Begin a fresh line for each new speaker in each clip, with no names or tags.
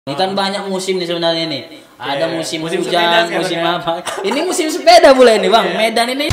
Ini kan banyak musim nih sebenarnya nih. Ada musim hujan, musim
ya.
apa. Ini musim sepeda boleh ini, Bang. Medan ini.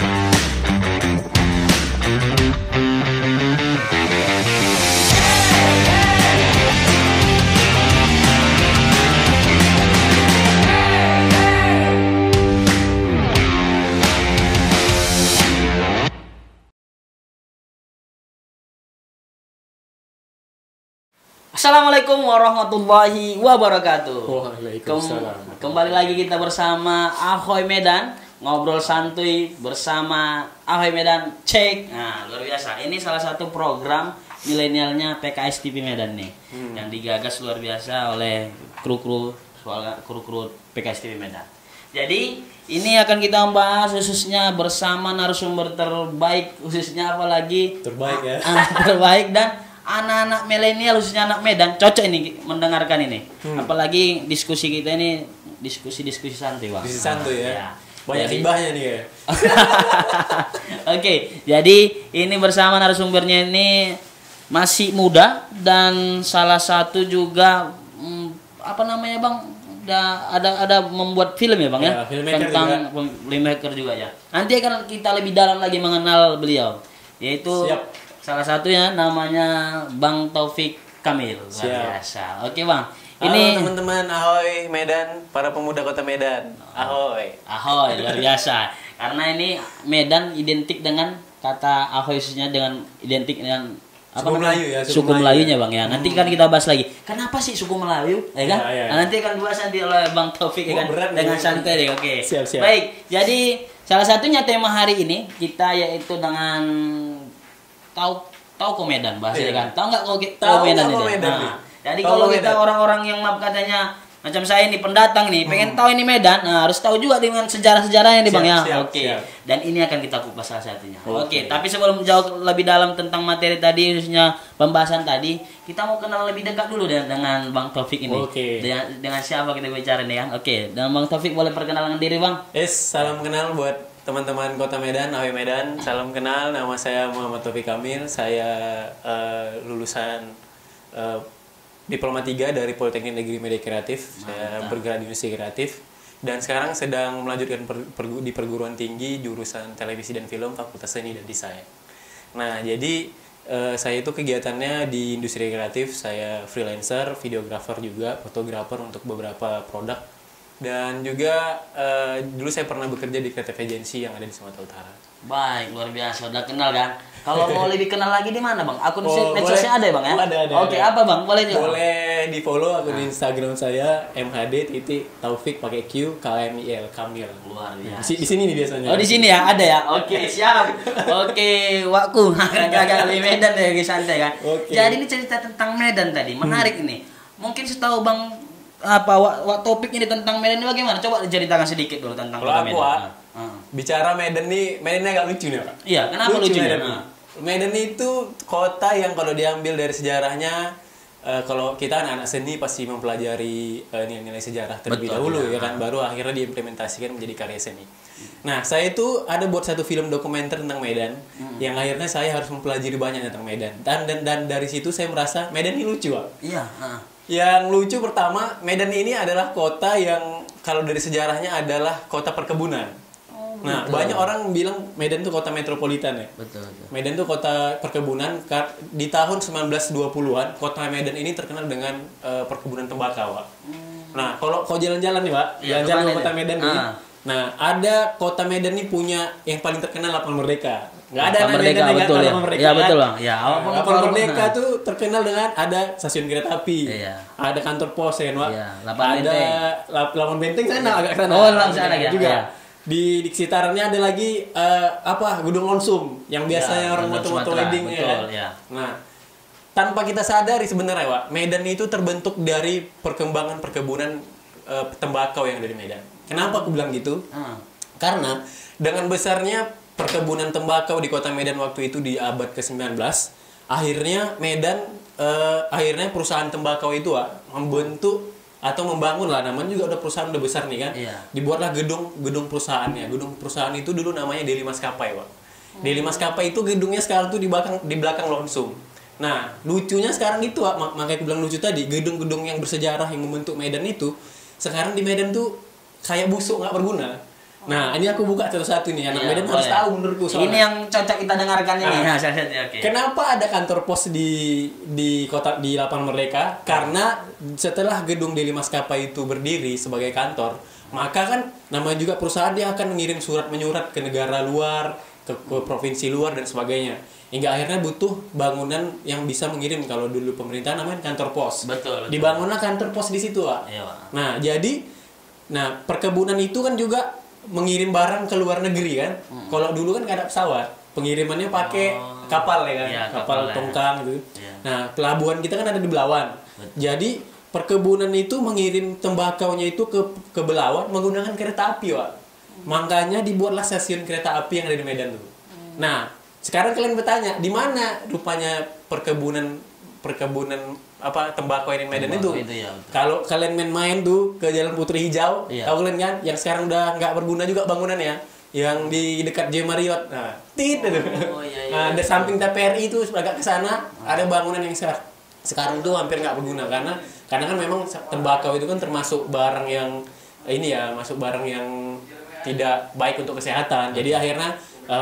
Assalamualaikum warahmatullahi wabarakatuh.
Waalaikumsalam.
Kembali lagi kita bersama Ahoy Medan, ngobrol santuy bersama Ahoy Medan Cek. Nah, luar biasa. Ini salah satu program milenialnya PKS TV Medan nih, yang digagas luar biasa oleh kru-kru PKS TV Medan. Jadi ini akan kita membahas khususnya bersama narasumber terbaik, khususnya apalagi
Terbaik ya.
terbaik dan anak-anak milenial khususnya anak Medan cocok ini mendengarkan ini. Apalagi diskusi kita ini diskusi santai, Bang.
Diskusi santuy ya.
Ya.
Banyak
Jadi-
hibahnya nih ya.
Oke, jadi ini bersama narasumbernya ini masih muda dan salah satu juga apa namanya, Bang? Ada membuat film ya, Bang ya?
Ya, filmmaker
Tentang filmmaker juga ya. Nanti akan kita lebih dalam lagi mengenal beliau, yaitu
Siap.
salah satunya namanya Bang Taufik Kamil. Luar
Siap.
biasa. Oke, Bang.
Halo
Ini
teman-teman, ahoy Medan, para pemuda kota Medan. Ahoy.
Ahoy, luar biasa. Karena ini Medan identik dengan kata ahoy, khususnya dengan identik dengan
Suku
namanya?
Melayu ya,
Suku Melayunya, Bang ya. Nanti kan kita bahas lagi. Kenapa sih suku Melayu? Ya kan?
Ya, ya, ya.
Nah, nanti akan bahas nanti oleh Bang Taufik ya
Wah,
kan.
berat nih.
Dengan santai deh. Oke.
Siap, siap.
Baik. Jadi salah satunya tema hari ini kita yaitu dengan tahu Medan bahasanya
Iya.
kan. Tahu nggak kalau
Tahu
Medan
nggak
ini?
Medan
Nah,
nih?
jadi
Tahu
kalau
Medan.
kita orang-orang yang maaf katanya macam saya ini pendatang nih, pengen tahu ini Medan, nah, harus tahu juga dengan sejarah-sejarahnya nih, Bang ya.
Siap,
Oke.
siap.
Dan ini akan kita kupas salah satunya. Oke,
Oke.
tapi sebelum jauh lebih dalam tentang materi tadi, khususnya pembahasan tadi, kita mau kenal lebih dekat dulu dengan Bang Taufik ini.
Oke.
Dengan siapa kita bicara nih kan? Oke, dan Bang Taufik boleh perkenalan diri, Bang?
Salam kenal buat teman-teman kota Medan, ahoy Medan. Salam kenal, nama saya Muhammad Taufik Kamil. Saya lulusan Diploma 3 dari Politeknik Negeri Media Kreatif. Saya bergerak di industri kreatif dan sekarang sedang melanjutkan di perguruan tinggi jurusan televisi dan film Fakultas Seni dan Desain. Nah, jadi saya itu kegiatannya di industri kreatif. Saya freelancer, videografer juga, fotografer untuk beberapa produk. Dan juga dulu saya pernah bekerja di kreatif agency yang ada di Sumatera Utara.
Baik, luar biasa. Udah kenal kan? Kalau mau lebih kenal lagi di mana, Bang? Akun
Oh,
medsosnya
boleh.
ada ya, Bang ya?
Ada.
Oke, apa, Bang? Boleh juga.
Boleh di-follow akun Instagram saya mhd.taufik pakai Q KMIL Kamil.
Luar biasa.
Di sini nih biasanya.
Oh, di sini ya, ada ya. Oke, siap. Oke, waktu agak lebih Medan deh, guys, santai kan.
Oke.
Jadi ini cerita tentang Medan tadi, menarik ini. Mungkin setahu Bang topik ini tentang Medan ini bagaimana? Coba diceritakan sedikit dulu tentang
Kalau
kota
aku,
Medan.
bicara Medan ini agak lucu nih, Pak.
Iya, kenapa lucu
Medan?
Medan?
Medan itu kota yang kalau diambil dari sejarahnya, kalau kita anak-anak seni pasti mempelajari nilai-nilai sejarah terlebih
Betul,
dahulu
ya.
ya kan, baru akhirnya diimplementasikan menjadi karya seni. Nah, saya itu ada buat satu film dokumenter tentang Medan, yang akhirnya saya harus mempelajari banyak tentang Medan. Dan dari situ saya merasa Medan ini lucu, Pak.
Iya,
Yang lucu pertama, Medan ini adalah kota yang kalau dari sejarahnya adalah kota perkebunan. Nah, banyak orang bilang Medan itu kota metropolitan ya.
betul.
Medan itu kota perkebunan. Di tahun 1920-an, kota Medan ini terkenal dengan perkebunan tembakau, Pak. Nah, kalau kau jalan-jalan nih, Pak,
Iya,
jalan-jalan ke
kemana
kota
ini?
Medan nih. Nah, ada kota Medan nih punya yang paling terkenal Lapangan Merdeka. Nggak ada
Lapangan
anak
Merdeka,
Medan yang nggak
betul
tahu
ya.
Lapangan Merdeka.
Iya,
kan?
betul, Bang. Ya,
Nah,
walaupun
Lapangan
kalau-
Merdeka tuh terkenal dengan ada stasiun kereta api.
Iya.
Ada kantor pos ya, Pak.
Iya, Lapangan
ada
Benteng.
Lapangan Benteng sana agak sana.
Oh, langsung sana ya?
Juga.
Iya.
Di sekitarannya ada lagi Gunung Lonsum yang biasanya
Ya,
orang
Gunung
moto-moto
Sumatera,
wedding ya.
betul,
kan?
ya.
Nah, tanpa kita sadari sebenarnya, Pak, Medan itu terbentuk dari perkembangan perkebunan tembakau yang ada di Medan. Kenapa aku bilang gitu? Karena dengan besarnya perkebunan tembakau di kota Medan waktu itu di abad ke-19, akhirnya akhirnya perusahaan tembakau itu membentuk atau membangun lah, namanya juga udah perusahaan udah besar nih kan.
Iya.
Dibuatlah gedung perusahaannya. Gedung perusahaan itu dulu namanya Deli Maskapai, Pak. Deli Maskapai itu gedungnya sekarang tuh di belakang Lonsum. Nah, lucunya sekarang itu, makanya aku bilang lucu tadi, gedung-gedung yang bersejarah yang membentuk Medan itu, sekarang di Medan tuh kayak busuk, nggak berguna. Nah, ini aku buka satu-satu nih, anak Medan harus tahu menurutku soalnya.
Ini yang cocok kita dengarkan ini. Nah, okay.
Kenapa ada kantor pos di Lapangan Merdeka? Karena setelah gedung Deli Maskapai itu berdiri sebagai kantor, maka kan namanya juga perusahaan, dia akan mengirim surat menyurat ke negara luar, ke provinsi luar dan sebagainya. Hingga akhirnya butuh bangunan yang bisa mengirim. Kalau dulu pemerintah namanya kantor pos.
Betul.
Dibangunlah kantor pos di situ, Pak.
Iya, Pak.
Nah, perkebunan itu kan juga mengirim barang ke luar negeri kan. Kalau dulu kan nggak ada pesawat, pengirimannya pakai kapal ya kan, ya, kapal tongkang gitu. Ya. Nah, pelabuhan kita kan ada di Belawan. Betul. Jadi perkebunan itu mengirim tembakaunya itu ke Belawan menggunakan kereta api, Pak. Makanya dibuatlah stasiun kereta api yang ada di Medan tuh. Nah, sekarang kalian bertanya, di mana rupanya perkebunan tembakau yang di Medan itu ya, kalau kalian main-main tuh ke Jalan Putri Hijau, tahu kalian kan yang sekarang udah nggak berguna juga bangunannya, yang di dekat J Marriott. Nah, ada samping TPRI itu agak ke sana, ada bangunan yang sekarang tuh hampir nggak berguna karena kan memang tembakau itu kan termasuk barang yang masuk barang yang tidak baik untuk kesehatan. Jadi akhirnya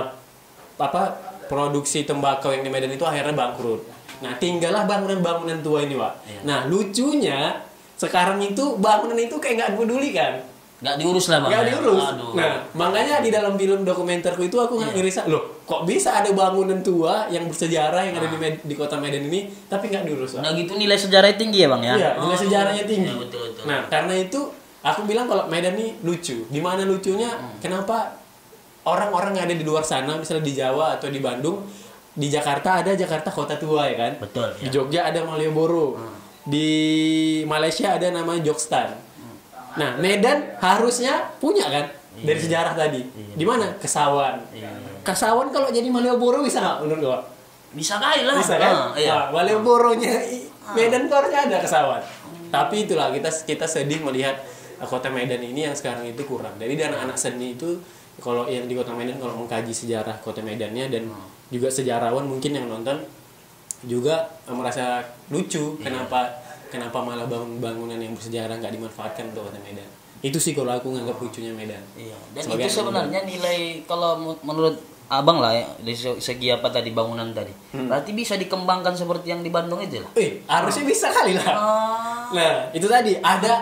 produksi tembakau yang di Medan itu akhirnya bangkrut. Nah, tinggallah bangunan-bangunan tua ini, Pak. Iya. Nah, lucunya sekarang itu bangunan itu kayak nggak peduli kan?
Nggak diurus lah, Bang.
Nggak diurus. Aduh. Nah, makanya di dalam film dokumenterku itu aku ngerasa, loh, kok bisa ada bangunan tua yang bersejarah yang ada di kota Medan ini, tapi nggak diurus, Pak.
Nah, gitu nilai sejarahnya tinggi ya, Bang ya?
Iya, nilai sejarahnya tinggi.
Ya, betul.
Nah, karena itu aku bilang kalau Medan ini lucu. Di mana lucunya? Kenapa orang-orang yang ada di luar sana, misalnya di Jawa atau di Bandung, di Jakarta ada Jakarta Kota Tua ya kan?
Betul.
Di Jogja ada Malioboro. Di Malaysia ada namanya Jogstan. Nah, Medan harusnya punya kan? Dari sejarah tadi. Di mana? Kesawan. Kesawan kalau jadi Malioboro bisa nggak menurut gua?
Bisa kali lah.
Bisa kan? Nah, Malioboronya Medan tuh harusnya ada Kesawan. Tapi itulah kita sedih melihat kota Medan ini yang sekarang itu kurang. Jadi anak-anak seni itu kalau yang di kota Medan kalau mengkaji sejarah kota Medannya dan juga sejarawan mungkin yang nonton juga merasa lucu kenapa malah bangunan yang bersejarah nggak dimanfaatkan untuk kota Medan. Itu sih kalau aku nganggap lucunya Medan.
Iya. Dan sebagai itu sebenarnya nilai kalau menurut Abang lah ya, dari segi apa tadi bangunan tadi. Berarti bisa dikembangkan seperti yang di Bandung itu lah.
Harusnya bisa kali lah. Nah, itu tadi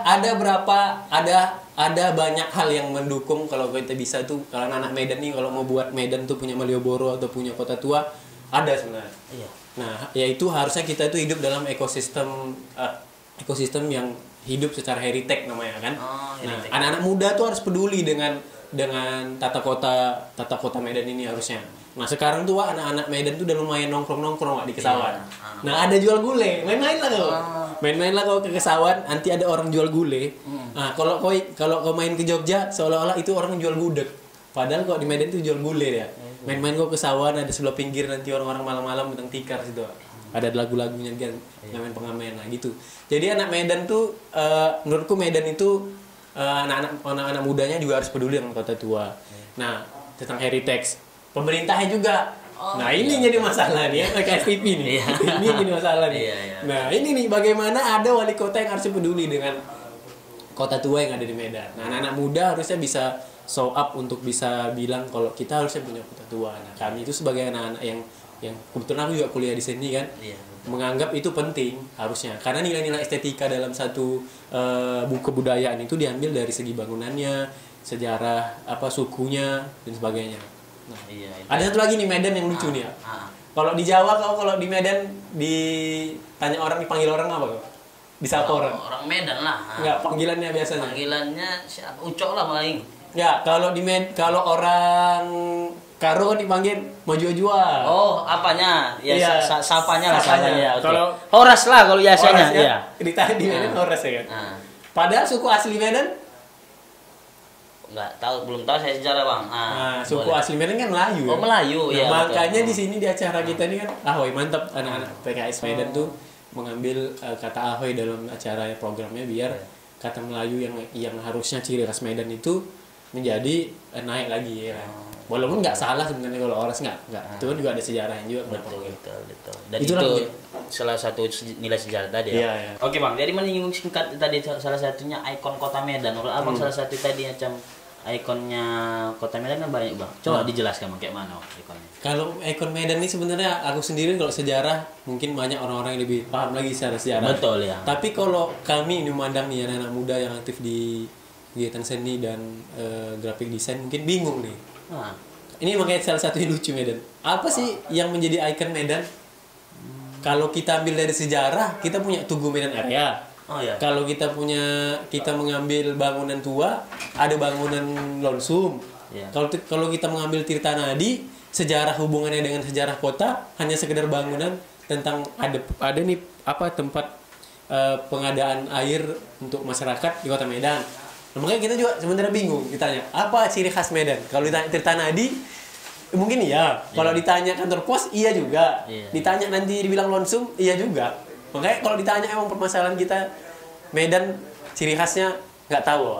ada banyak hal yang mendukung kalau kita bisa tuh kalau anak Medan nih kalau mau buat Medan tuh punya Malioboro atau punya kota tua ada sebenarnya. Iya. Nah, yaitu harusnya kita tuh hidup dalam ekosistem yang hidup secara heritage namanya kan. Nah, anak-anak muda tuh harus peduli dengan tata kota Medan ini harusnya. Nah, sekarang tuh anak-anak Medan tuh udah lumayan nongkrong di Kesawan. Nah, ada jual gulai, main-main lah kau ke Kesawan, nanti ada orang jual gulai. Nah, kalau kau main ke Jogja seolah-olah itu orang jual gudeg. Padahal kok di Medan tuh jual gulai ya. Main-main kau ke Kesawan, ada sebelah pinggir nanti orang-orang malam-malam tentang tikar situ. Ada lagu-lagunya kan, ngamen-pengamen nah gitu. Jadi anak Medan tuh menurutku Medan itu anak-anak mudanya juga harus peduli dengan kota tua. Nah, tentang heritage, pemerintahnya juga. Ini jadi masalah nih ya, PKSTP nih. Ini jadi masalah nih. Nah, ini nih bagaimana ada wali kota yang harus peduli dengan kota tua yang ada di Medan. Nah, anak-anak muda harusnya bisa show up untuk bisa bilang kalau kita harusnya punya kota tua. Nah, kami itu sebagai anak-anak yang kebetulan aku juga kuliah di sini kan. Menganggap itu penting harusnya karena nilai-nilai estetika dalam satu buku kebudayaan itu diambil dari segi bangunannya, sejarah sukunya dan sebagainya. Nah, ada satu lagi nih Medan yang lucu nih ya. Kalau di Jawa kalau di Medan ditanya orang dipanggil orang apa kok? Disapa orang.
Orang Medan lah.
Enggak, panggilannya biasanya.
Panggilannya siapa? Ucok lah paling.
Ya, kalau orang Karo kan dipanggil mau jual.
Oh, apanya? Ya, sapanya lah sapanya.
Okay. Kalau
Horas lah kalau biasanya.
Iya. Ditahan di Medan Horas ya kan. Padahal suku asli Medan
belum tahu saya sejarah, Bang.
Suku asli Medan kan Melayu.
Oh, Melayu ya.
Makanya di sini di acara kita ini kan ahoy mantap anak-anak PKS Medan tuh mengambil kata ahoy dalam acara programnya biar kata Melayu yang harusnya ciri khas Medan itu menjadi naik lagi ya kan. Walaupun nggak salah sebenarnya kalau Oras nggak itu kan juga ada sejarahnya juga kenapa
betul. Dan
Itulah
itu salah satu nilai sejarah tadi ya.
Iya.
Oke Bang, jadi menyinggung singkat tadi salah satunya ikon Kota Medan. Menurut Abang salah satu tadi macam ikonnya Kota Medan kan banyak Bang. Coba dijelaskan Bang kayak mana ikonnya.
Kalau ikon Medan ini sebenarnya aku sendiri kalau sejarah mungkin banyak orang-orang yang lebih paham lagi secara sejarah.
Betul ya.
Tapi kalau kami ini memandang nih anak-anak muda yang aktif di kegiatan seni dan graphic design mungkin bingung nih. Ini makanya salah satu yang lucu Medan. Apa sih yang menjadi ikon Medan? Kalau kita ambil dari sejarah, kita punya Tugu Medan Area. Kalau kita mengambil bangunan tua, ada bangunan Lonsum. Kalau kita mengambil Tirta Nadi, sejarah hubungannya dengan sejarah kota hanya sekedar bangunan tentang ada nih tempat pengadaan air untuk masyarakat di Kota Medan. Nah, makanya kita juga sebenarnya bingung ditanya apa ciri khas Medan. Kalau ditanya Tirta Nadi mungkin iya. Kalau ditanya kantor pos iya juga. Ditanya nanti dibilang Lonsum iya juga. Makanya kalau ditanya emang permasalahan kita Medan ciri khasnya nggak tahu.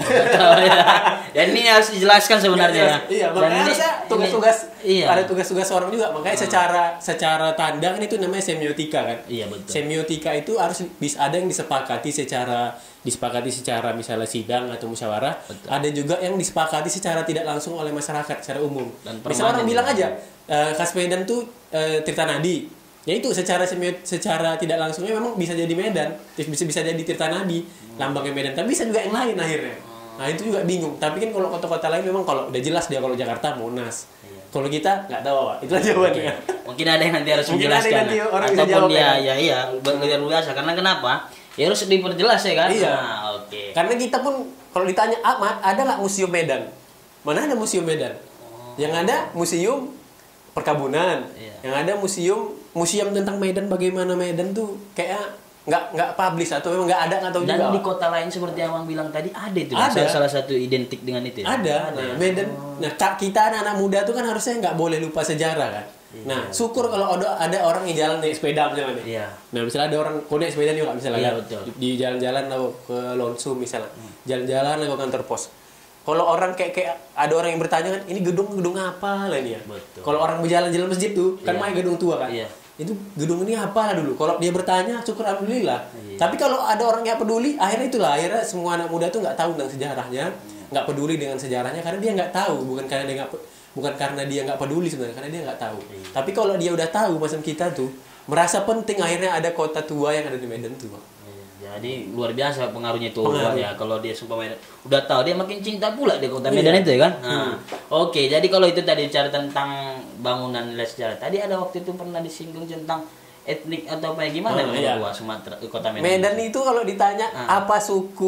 Dan ini harus dijelaskan sebenarnya.
Iya, makanya harusnya tugas-tugas ada tugas-tugas orang juga. Makanya secara tanda kan itu namanya semiotika kan.
Iya betul.
Semiotika itu harus ada yang disepakati secara misalnya sidang atau musyawarah. Betul. Ada juga yang disepakati secara tidak langsung oleh masyarakat secara umum. Misalnya orang bilang aja khas Medan tuh Tirta Nadi. Ya itu secara tidak langsungnya memang bisa jadi Medan, bisa jadi Tirta Nadi, lambangnya Medan, tapi bisa juga yang lain akhirnya. Nah itu juga bingung. Tapi kan kalau kota-kota lain memang kalau udah jelas dia, kalau Jakarta Monas. Kalau kita nggak tahu Pak. Itulah jawabannya.
Mungkin ada yang nanti harus menjelaskan. Ataupun iya luar biasa. Karena kenapa? Ya harus diperjelas ya kan.
Iya.
Oke.
Karena kita pun kalau ditanya Ahmad, ada nggak museum Medan? Mana ada museum Medan? Yang ada museum perkebunan. Yang ada museum tentang Medan, bagaimana Medan tuh kayak nggak publish atau memang nggak ada, nggak tahu juga.
Dan di kota lain seperti yang Abang bilang tadi ada itu. Salah satu identik dengan itu ya.
Ada. Nah, Medan. Nah, kita anak-anak muda tuh kan harusnya nggak boleh lupa sejarah kan. Nah, syukur kalau ada orang yang jalan naik sepeda misalnya nih. Nah, misalnya ada orang naik sepeda juga misalnya kan. Di jalan-jalan lalu ke Lonsum misalnya. Jalan-jalan lalu ke kantor pos. Kalau orang kayak ada orang yang bertanya kan, ini gedung apa lah ini ya. Kalau orang berjalan-jalan masjid tuh kan main gedung tua kan. Itu gedung ini apa lah dulu. Kalau dia bertanya, syukur alhamdulillah. Tapi kalau ada orang yang peduli, akhirnya semua anak muda tuh nggak tahu tentang sejarahnya, nggak peduli dengan sejarahnya karena dia nggak tahu, bukan karena dia nggak peduli sebenarnya, karena dia nggak tahu. Tapi kalau dia udah tahu, macam kita tuh merasa penting, akhirnya ada kota tua yang ada di Medan tuh.
Jadi luar biasa pengaruhnya itu ya. Kalau dia suka Medan, udah tahu dia makin cinta pula di kota Medan itu ya kan. Oke, jadi kalau itu tadi bicara tentang bangunan nilai sejarah. Tadi ada waktu itu pernah disinggung tentang etnik atau apa gimana Sumatera kota Medan.
Medan itu kalau ditanya apa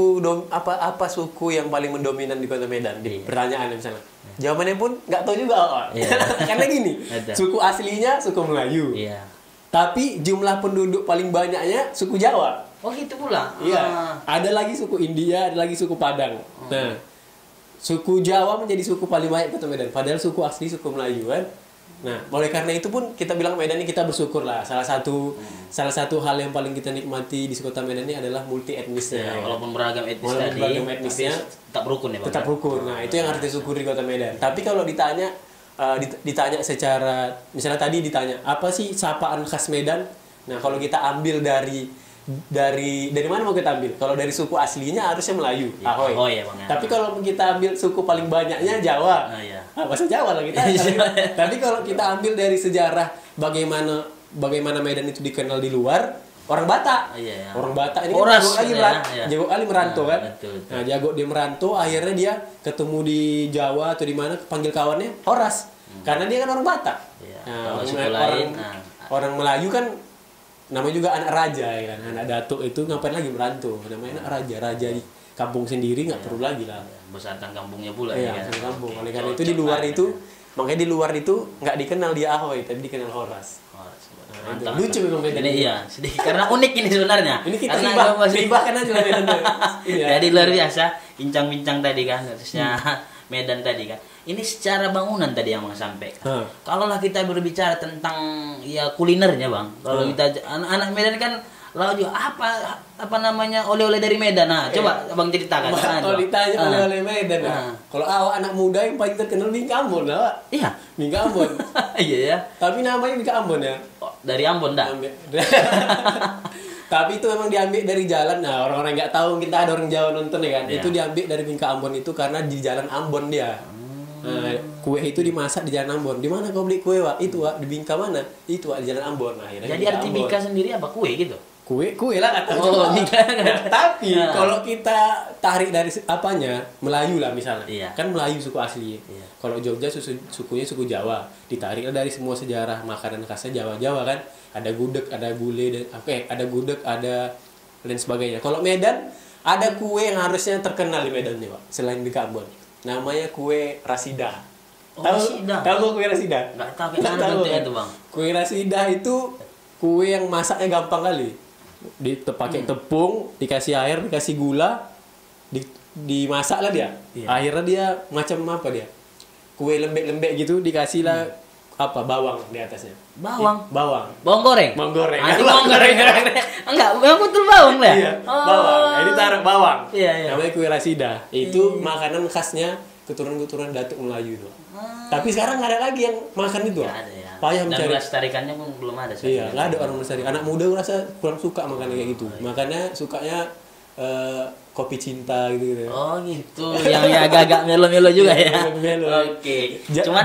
suku yang paling mendominan di kota Medan di pertanyaan misalnya. Jawabannya pun nggak tahu juga. Karena gini, suku aslinya suku Melayu. Tapi jumlah penduduk paling banyaknya suku Jawa.
Oh gitu pula.
Iya. Ada lagi suku India, ada lagi suku Padang. Nah, suku Jawa menjadi suku paling banyak di Kota Medan. Padahal suku asli suku Melayu kan. Nah, oleh karena itu pun kita bilang Medan ini kita bersyukur lah. Salah satu hal yang paling kita nikmati di Kota Medan ini adalah multi etnisnya.
Walaupun beragam etnisnya, tetap rukun ya Bang.
Tetap rukun. Nah, itu yang harus disyukuri di Kota Medan. Tapi kalau ditanya secara, misalnya tadi ditanya apa sih sapaan khas Medan? Nah, kalau kita ambil dari mana mau kita ambil? Kalau dari suku aslinya harusnya Melayu, Ahoy.
Ya, Bang, ya.
Tapi kalau kita ambil suku paling banyaknya Jawa, bahasa Jawa lah kita. Tapi kalau kita ambil dari sejarah bagaimana Medan itu dikenal di luar, orang Batak. Orang Batak ini jago kali merantau kan. Nah, jago dia merantau, akhirnya dia ketemu di Jawa atau di mana, panggil kawannya Horas. Karena dia kan orang Batak. Orang Melayu kan namanya juga anak raja ya kan, anak datuk itu ngapain lagi merantau, namanya anak raja di kampung sendiri nggak perlu lagi lah,
besarkan kampungnya pula
kampung. Oleh karena itu di luar itu makanya di luar itu nggak dikenal dia Ahoy tapi dikenal Horas. Lucu memang Medan ini.
Sedikit karena unik ini sebenarnya.
Ini kita ribahkan aja Medan.
Jadi luar biasa bincang-bincang tadi kan, harusnya Medan tadi kan. Ini secara bangunan tadi yang Bang sampaikan. Kalau lah kita berbicara tentang ya kulinernya Bang. Kalau kita anak-anak Medan kan Lalu juga apa namanya oleh-oleh dari Medan. Nah, coba Abang ceritakan.
Kalau ditanya oleh-oleh Medan ya. Kalau awak anak muda yang paling terkenal Bingka Ambon lah, Pak.
Iya.
Bingka Ambon.
Iya ya.
Tapi namanya Bingka Ambon ya.
Oh, dari Ambon dah.
Tapi itu memang diambil dari jalan. Nah, orang-orang nggak tahu, kita ada orang Jawa nonton ya kan.
Iya.
Itu diambil dari Bingka Ambon itu karena di jalan Ambon dia. Nah, kue itu dimasak di jalan Ambon. Di mana kau beli kue, Wak? Itu, Wak, di Bingka mana? Itu, Wak, di jalan Ambon. Nah, akhirnya
Jadi arti
Ambon.
Bingka sendiri apa? Kue gitu?
Kue lah kata
Oh, Bingka.
Tapi
Nah.
kalau kita tarik dari apanya, Melayu lah misalnya.
Iya.
Kan Melayu suku asli.
Iya.
Kalau Jogja sukunya suku Jawa. Ditariklah dari semua sejarah makanan khasnya Jawa-Jawa kan. Ada gudeg, ada gulai dan ada gudeg, ada lain sebagainya. Kalau Medan ada kue yang harusnya terkenal di Medan nih, Pak. Selain di Ambon. Namanya kue rasida.
Oh, rasida.
Tahu kue rasida?
Nggak tahu kayak mana
Tahu,
bentuknya
kan?
tuh, Bang.
Kue rasida itu kue yang masaknya gampang kali. Pakai tepung, dikasih air, dikasih gula, dimasak lah dia.
Iya.
Akhirnya dia macam apa dia? Kue lembek-lembek gitu, dikasih lah apa bawang di atasnya.
Bawang.
Bawang.
Bawang goreng.
Bawang goreng.
Nanti bawang goreng. Enggak, memang betul bawang lah.
Iya, bawang. Jadi taruh bawang.
Iya, iya.
Namanya kue rasida. Itu makanan khasnya keturunan-keturunan Datuk Melayu itu. Tapi sekarang nggak ada lagi yang makan itu.
Nggak ada ya.
Payah
Dan
mencari.
melestarikannya pun belum ada.
Iya, nggak ada orang melestari. Anak muda gue rasa kurang suka makan kayak gitu. Makanya sukanya kopi cinta gitu.
Oh gitu, yang agak-agak melo-melo juga ya.
Melo.
Oke. Cuman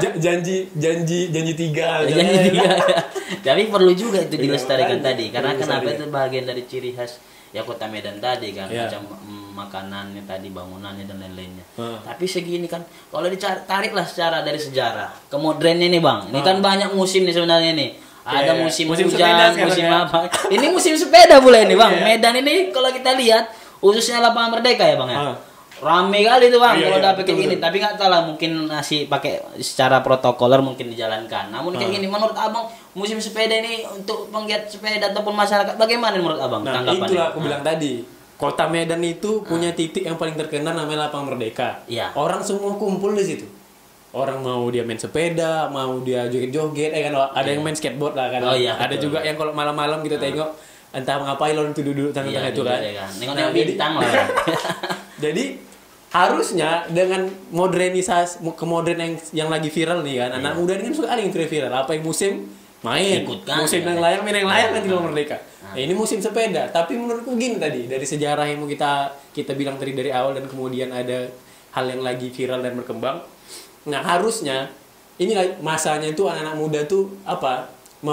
janji tiga.
janji tiga. Tapi perlu juga itu
Iya,
dilestarikan
makanya.
tadi, karena
Perlu
kenapa
dilestarikan.
itu bagian dari ciri khas ya Kota Medan tadi kan,
Iya.
macam makanannya tadi, bangunannya dan lain-lainnya.
Hmm.
Tapi segini kan, kalau ditariklah secara dari sejarah ke modernnya nih Bang, ini kan banyak musim nih sebenarnya nih. Ada
Iya,
musim
musim sepeda
hujan,
sekarang
musim
ya.
apa. Ini musim sepeda pula ini Bang.
Iya.
Medan ini kalau kita lihat, khususnya lapangan Merdeka ya Bang ya.
Ah.
Rame kali tuh Bang
Iya,
kalau
iya,
udah kayak
betul,
gini.
betul.
Tapi nggak tahu lah, mungkin masih pakai secara protokoler mungkin dijalankan. Namun kayak gini, menurut Abang musim sepeda ini untuk penggiat sepeda ataupun masyarakat bagaimana menurut Abang
Nah,
tanggapannya?
itulah aku bilang tadi. Kota Medan itu punya titik yang paling terkenal namanya Lapangan Merdeka.
Iya.
Orang semua kumpul di situ. Orang mau dia main sepeda, mau dia joget-joget, kan ada yang main skateboard lah kan.
Oh, iya,
Ada
betul.
juga yang kalau malam-malam kita tengok entah ngapain lalu duduk-duduk tengah-tengah
Iya,
itu kan.
Nengok-nengok
jadi-
bintang lah.
Jadi harusnya dengan modernisasi kemodernan yang lagi viral nih kan, anak muda ini kan suka yang viral. Apa yang musim main,
Ikut kan,
musim
ya.
yang layang main yang layang kan di luar Merdeka. Nah, ini musim sepeda. Tapi menurutku gini tadi dari sejarah yang mau kita bilang tadi dari awal dan kemudian ada hal yang lagi viral dan berkembang. Nah harusnya ini masanya itu anak-anak muda tuh apa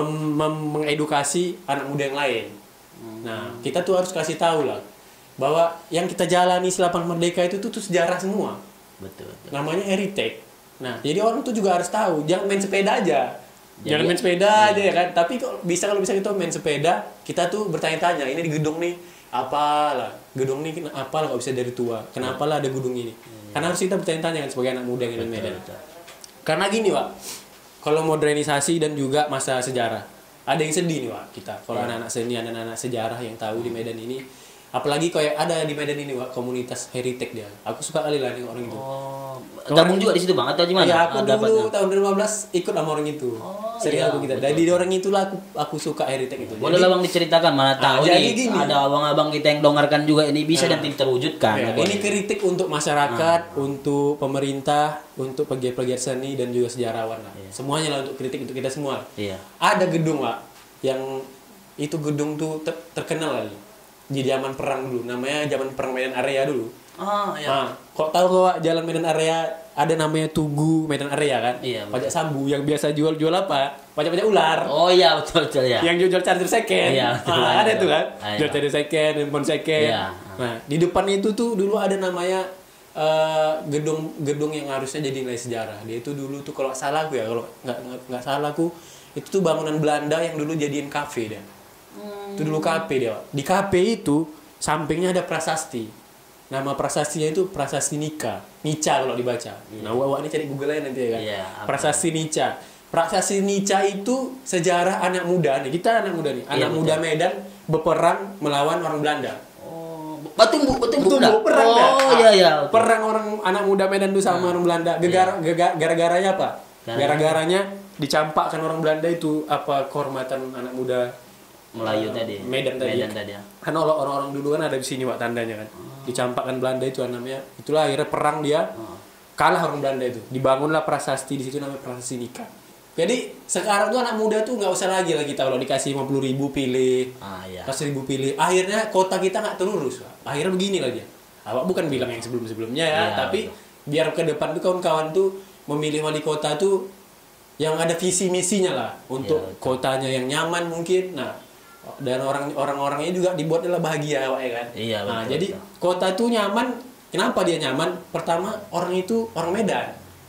mengedukasi anak muda yang lain. Nah kita tuh harus kasih tahu lah bahwa yang kita jalani di Lapangan Merdeka itu tuh sejarah semua.
Betul.
Namanya heritage. Nah jadi orang tuh juga harus tahu, jangan main sepeda aja.
Jadi-
Jangan main sepeda aja ya kan. Tapi kalau bisa kita main sepeda, kita tuh bertanya-tanya ini di gedung nih apalah, gedung nih apalah kok bisa dari tua. Kenapa lah ada gedung ini? Karena harus kita bertanya-tanya kan sebagai anak muda yang ada di Medan. Karena gini Pak, kalau modernisasi dan juga masa sejarah, ada yang sedih nih Pak kita. Kalau anak-anak seni, anak-anak sejarah yang tahu di Medan ini, apalagi kayak ada di Medan ini Pak, komunitas heritage dia. Aku suka kali lah nih orang itu.
Oh, gabung juga di situ Bang atau gimana?
Iya, aku dulu
Dapatnya?
tahun 2015 ikut sama orang itu. Sering
iya,
aku kita.
betul.
Dari orang itulah aku suka heritage itu.
Boleh lah Bang diceritakan, mana tahu
jadi
nih
gini.
ada abang-abang kita yang dongarkan juga ini bisa dan terwujudkan.
Ya,
Boleh.
ini kritik untuk masyarakat, untuk pemerintah, untuk pegiat-pegiat seni dan juga sejarawan lah. Semuanya lah untuk kritik untuk kita semua.
Iya.
Ada gedung Pak yang itu gedung tuh terkenal kali di zaman perang dulu. Namanya zaman perang Medan Area dulu.
Oh, iya.
Nah, kok tahu Pak jalan Medan Area ada namanya Tugu Medan Area kan?
Iya, betul.
Pajak Sambu yang biasa jual apa? Pajak ular.
Oh iya betul ya.
Yang jual charger second.
Iya, betul.
Ada tuh kan?
Iya.
Jual charger second, handphone second.
Iya.
Nah, di depan itu tuh dulu ada namanya gedung yang harusnya jadi nilai sejarah. Dia itu dulu tuh kalau salah aku ya, kalau nggak salah aku itu tuh bangunan Belanda yang dulu jadiin kafe dia. Itu dulu kafe dia. Pak. Di kafe itu sampingnya ada prasasti. Nama prasastinya itu Prasasti Nica kalau dibaca. Nah, wak ini cari Google aja nanti ya kan.
Iya, apa?
Prasasti Nica. Prasasti Nica itu sejarah anak muda nih. Kita anak muda nih.
Iya,
Anak muda Medan berperang melawan orang Belanda.
Oh, Batumbu
Betul,
dah?
perang dah.
Oh iya iya. oke.
Perang orang anak muda Medan tuh sama orang Belanda. Gara-garanya apa? Gara-garanya dicampakkan orang Belanda itu apa kehormatan anak muda
Melayu tadi.
Medan tadi.
Medan tadi ya.
Karena orang-orang dulu kan ada di sini Pak tandanya kan. Dicampakkan Belanda itu namanya. Itulah akhirnya perang dia. Kalah orang Belanda itu. Dibangunlah prasasti di situ namanya Prasasti Nika. Jadi sekarang tuh anak muda tuh nggak usah lagi kita kalau dikasih 50.000 pilih. 100.000 pilih. Akhirnya kota kita nggak terurus. Akhirnya begini lagi. Awak bukan bilang yang sebelum-sebelumnya ya, tapi biar ke depan tuh kawan-kawan tuh memilih wali kota tuh yang ada visi misinya lah untuk kotanya yang nyaman mungkin. Nah, dan orang-orangnya juga dibuatlah bahagia ya kan.
Iya,
nah,
betul,
jadi kota itu nyaman. Kenapa dia nyaman? Pertama, orang itu orang Medan.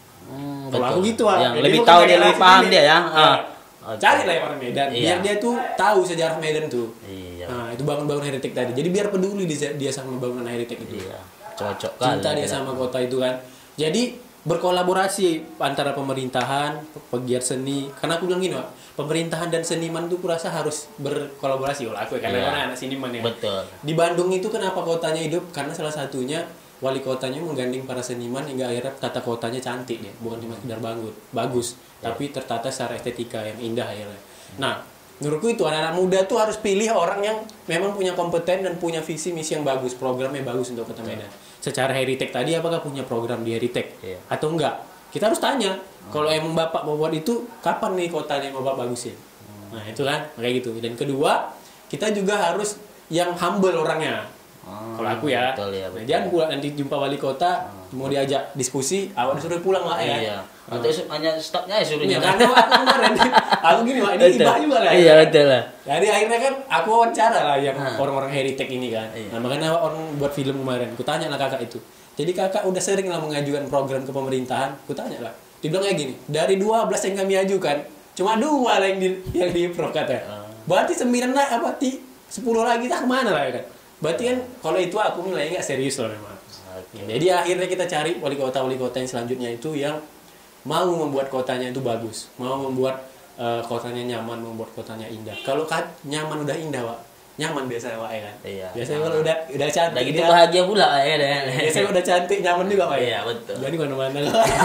Kalau aku gitu
yang lebih tahu dia lebih paham dia ya.
Carilah yang orang Medan. Biar dia tuh tahu sejarah Medan tuh.
Iya.
Nah, itu bangun-bangun heritage tadi. Jadi biar peduli dia sama bangunan heritage itu.
Iya. Cocok kali.
Cinta dia sama kota itu kan. Jadi berkolaborasi antara pemerintahan, pegiat seni. Karena aku bilang gini, Pak, pemerintahan dan seniman tuh kurasa harus berkolaborasi. Kalau aku karena kan anak seniman ya.
Betul.
Di Bandung itu kenapa kotanya hidup? Karena salah satunya wali kotanya menggandeng para seniman hingga akhirnya tata kotanya cantik ya, bukan cuma sekedar bagus, tapi tertata secara estetika yang indah akhirnya. Nah, menurutku itu anak-anak muda tuh harus pilih orang yang memang punya kompeten dan punya visi misi yang bagus, programnya bagus untuk Kota Medan. Secara heritage tadi apakah punya program di heritage atau enggak? Kita harus tanya. Kalau emang Bapak mau buat itu, kapan nih kotanya yang Bapak bagusin? Nah, itu kan kayak gitu. Dan kedua, kita juga harus yang humble orangnya. Kalau aku ya,
betul, ya, betul.
Nah, jangan pula nanti jumpa wali kota mau diajak diskusi, awak disuruh pulang lah ya.
Iya. Nanti hanya stopnya ya suruhnya.
Karena aku kemarin, aku gini Pak, ini iba juga lah.
Iya betul lah.
Jadi akhirnya kan aku wawancara lah yang orang-orang heritage ini kan. Nah makanya orang buat film kemarin, aku tanya lah kakak itu. Jadi kakak udah sering lah mengajukan program ke pemerintahan, aku tanya lah. Dibilang kayak gini, dari 12 yang kami ajukan, cuma 2 lah yang di pro katanya. Berarti 9 lah, apa 10 lagi tak kemana lah ya kan. Berarti kan kalau itu aku nilainya nggak serius loh memang. Jadi akhirnya kita cari wali kota yang selanjutnya itu yang mau membuat kotanya itu bagus, mau membuat kotanya nyaman, membuat kotanya indah. Kalau nyaman udah indah, Pak. Nyaman biasanya, Pak, ya kan?
Iya.
Biasanya kalau udah cantik.
Udah gitu bahagia pula ya deh.
Biasanya udah cantik, nyaman juga, Pak.
Iya, betul.
Jadi mana-mana.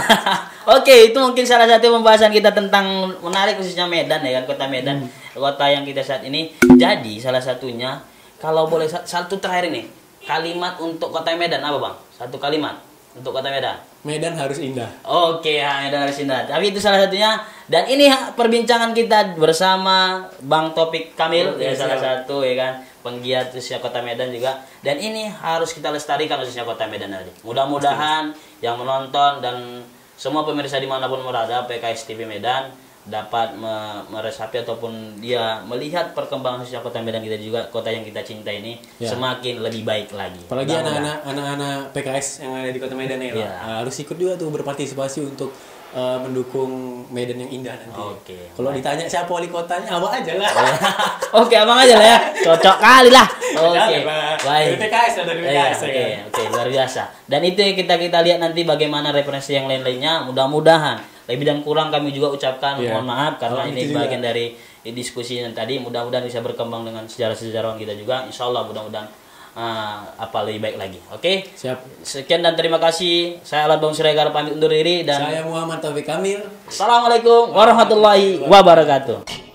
Oke, itu mungkin salah satu pembahasan kita tentang menarik khususnya Medan ya kan, Kota Medan, kota yang kita saat ini. Jadi salah satunya kalau boleh satu terakhir ini, kalimat untuk Kota Medan apa, Bang? Satu kalimat untuk Kota Medan.
Medan harus indah.
Oke, ya, Medan harus indah. Tapi itu salah satunya. Dan ini perbincangan kita bersama Bang Topik Kamil, ya, salah satu ya kan penggiat khususnya Kota Medan juga. Dan ini harus kita lestarikan khususnya Kota Medan tadi. Mudah-mudahan yang menonton dan semua pemirsa dimanapun berada, PKS TV Medan dapat meresapi ataupun dia melihat perkembangan khususnya Kota Medan kita juga, kota yang kita cinta ini semakin lebih baik lagi.
Apalagi anak-anak PKS yang ada di Kota Medan ya, harus ikut juga tuh berpartisipasi untuk mendukung Medan yang indah nanti.
Oke.
Kalau ditanya siapa wali kotanya, abang aja lah.
Oke, abang aja lah ya. Cocok kali lah. Oke.
Baik.
Dari
PKS dari PKS.
Oke, luar biasa. Dan itu yang kita lihat nanti bagaimana referensi yang lain-lainnya. Mudah-mudahan lebih dan kurang kami juga ucapkan mohon maaf karena ini bagian dari diskusi yang tadi. Mudah-mudahan bisa berkembang dengan sejarah-sejarawan kita juga. Insya Allah mudah-mudahan apa lebih baik lagi. Oke.
Siap.
Sekian dan terima kasih. Saya Alat Bang Siregar pamit undur diri dan
saya Muhammad Taufik Kamil.
Assalamualaikum warahmatullahi wabarakatuh.